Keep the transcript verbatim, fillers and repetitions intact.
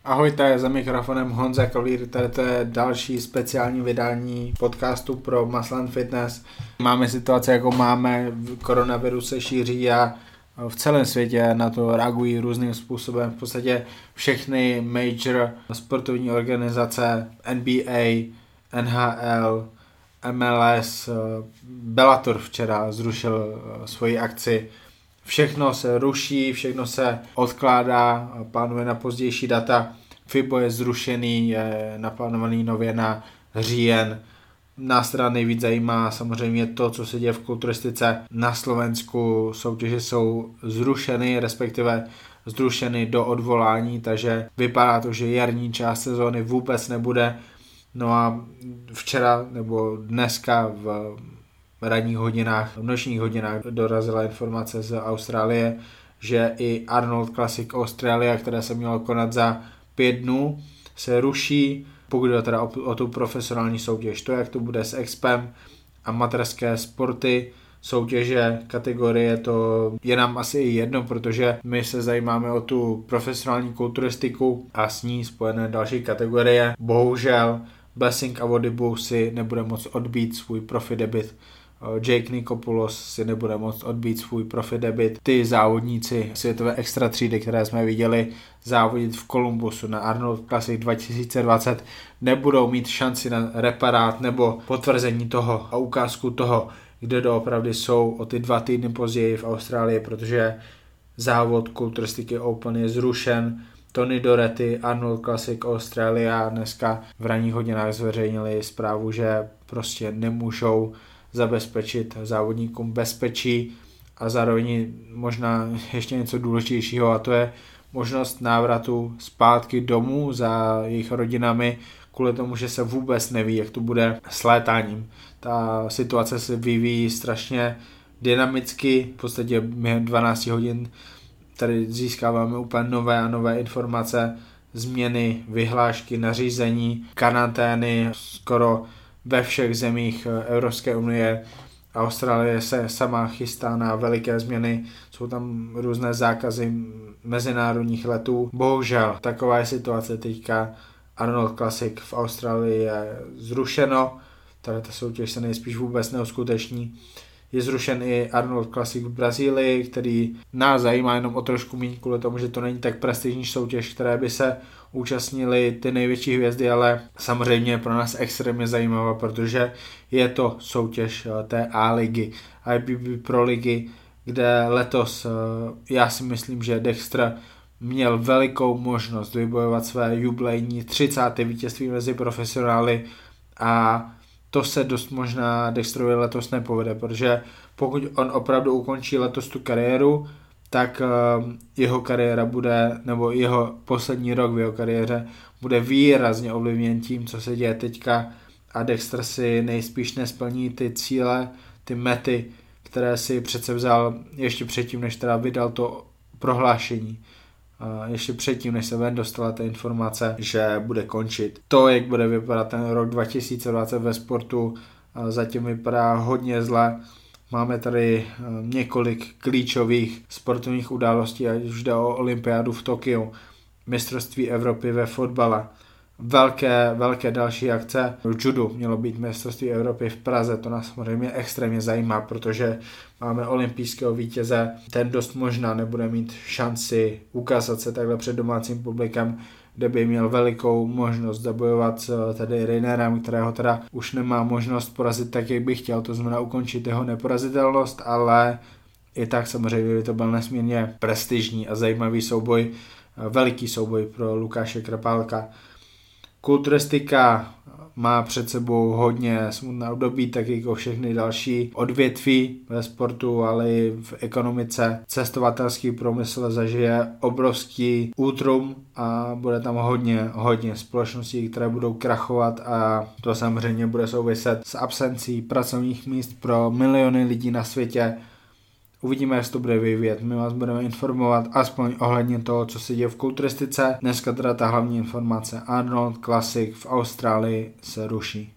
Ahojte, za mikrofonem Honza Kolír, tady to je další speciální vydání podcastu pro Muscle and Fitness. Máme situaci, jako máme, koronavirus se šíří a v celém světě na to reagují různým způsobem. V podstatě všechny major sportovní organizace, N B A, N H L, M L S, Bellator včera zrušil svoji akci. Všechno se ruší, všechno se odkládá, plánuje na pozdější data. FIBO je zrušený, je naplánovaný nově na říjen. Nás teda nejvíc zajímá samozřejmě to, co se děje v kulturistice. Na Slovensku soutěže jsou zrušeny, respektive zrušeny do odvolání, takže vypadá to, že jarní část sezóny vůbec nebude. No a včera nebo dneska v ranních hodinách, v nočních hodinách dorazila informace z Austrálie, že i Arnold Classic Australia, které se mělo konat za pět dnů, se ruší, pokud jde teda o, o tu profesionální soutěž. To, jak to bude s expem, amatérské sporty, soutěže, kategorie, to je nám asi i jedno, protože my se zajímáme o tu profesionální kulturistiku a s ní spojené další kategorie. Bohužel Blessing Awodibu si nebude moct odbít svůj profi debut. Jake Nikopoulos si nebude moct odbít svůj profi debut. Ty závodníci světové extra třídy, které jsme viděli závodit v Kolumbusu na Arnold Classic dva tisíce dvacet, nebudou mít šanci na reparát nebo potvrzení toho a ukázku toho, kde doopravdy jsou o ty dva týdny později v Austrálii, protože závod Kulturistiky Open je zrušen. Tony Doherty, Arnold Classic Australia dneska v ranních hodinách zveřejnili zprávu, že prostě nemůžou zabezpečit závodníkům bezpečí a zároveň možná ještě něco důležitějšího, a to je možnost návratu zpátky domů za jejich rodinami, kvůli tomu, že se vůbec neví, jak to bude s létáním. Ta situace se vyvíjí strašně dynamicky, v podstatě během dvanáct hodin tady získáváme úplně nové a nové informace, změny, vyhlášky, nařízení, karantény skoro ve všech zemích Evropské unie. Austrálie se sama chystá na veliké změny, jsou tam různé zákazy mezinárodních letů. Bohužel, taková je situace teďka. Arnold Classic v Austrálii je zrušeno, tady ta soutěž se nejspíš vůbec neuskuteční. Je zrušen i Arnold Classic v Brazílii, který nás zajímá jenom o trošku méně kvůli tomu, že to není tak prestižní soutěž, které by se účastnili ty největší hvězdy, ale samozřejmě je pro nás extrémně zajímavá, protože je to soutěž té A-ligy, I B B Pro ligy, kde letos já si myslím, že Dexter měl velikou možnost vybojovat své jubilejní třicáté vítězství mezi profesionály a to se dost možná Dexterovi letos nepovede, protože pokud on opravdu ukončí letos tu kariéru, tak jeho kariéra bude, nebo jeho poslední rok v jeho kariéře bude výrazně ovlivněn tím, co se děje teďka, a Dexter si nejspíš nesplní ty cíle, ty mety, které si přece vzal ještě předtím, než teda vydal to prohlášení. Ještě předtím, než se ven dostala ta informace, že bude končit. To, jak bude vypadat ten rok dva tisíce dvacet ve sportu, zatím vypadá hodně zle. Máme tady několik klíčových sportovních událostí, ať už jde o olympiádu v Tokiu, mistrovství Evropy ve fotbale, velké, velké další akce. V judu mělo být mistrovství Evropy v Praze, to nás samozřejmě extrémně zajímá, protože máme olympijského vítěze, ten dost možná nebude mít šanci ukázat se takhle před domácím publikem, kde by měl velikou možnost zabojovat s tedy Reinerem, kterého teda už nemá možnost porazit tak, jak by chtěl, to znamená ukončit jeho neporazitelnost, ale i tak samozřejmě by to byl nesmírně prestižní a zajímavý souboj, veliký souboj pro Lukáše Krapálka. Kulturistika má před sebou hodně smutné období, tak jako všechny další odvětví ve sportu, ale i v ekonomice. Cestovatelský průmysl zažije obrovský útrum a bude tam hodně, hodně společností, které budou krachovat, a to samozřejmě bude souviset s absencí pracovních míst pro miliony lidí na světě. Uvidíme, jak se to bude vyvíjet. My vás budeme informovat aspoň ohledně toho, co se děje v kulturistice. Dneska teda ta hlavní informace: Arnold Classic v Austrálii se ruší.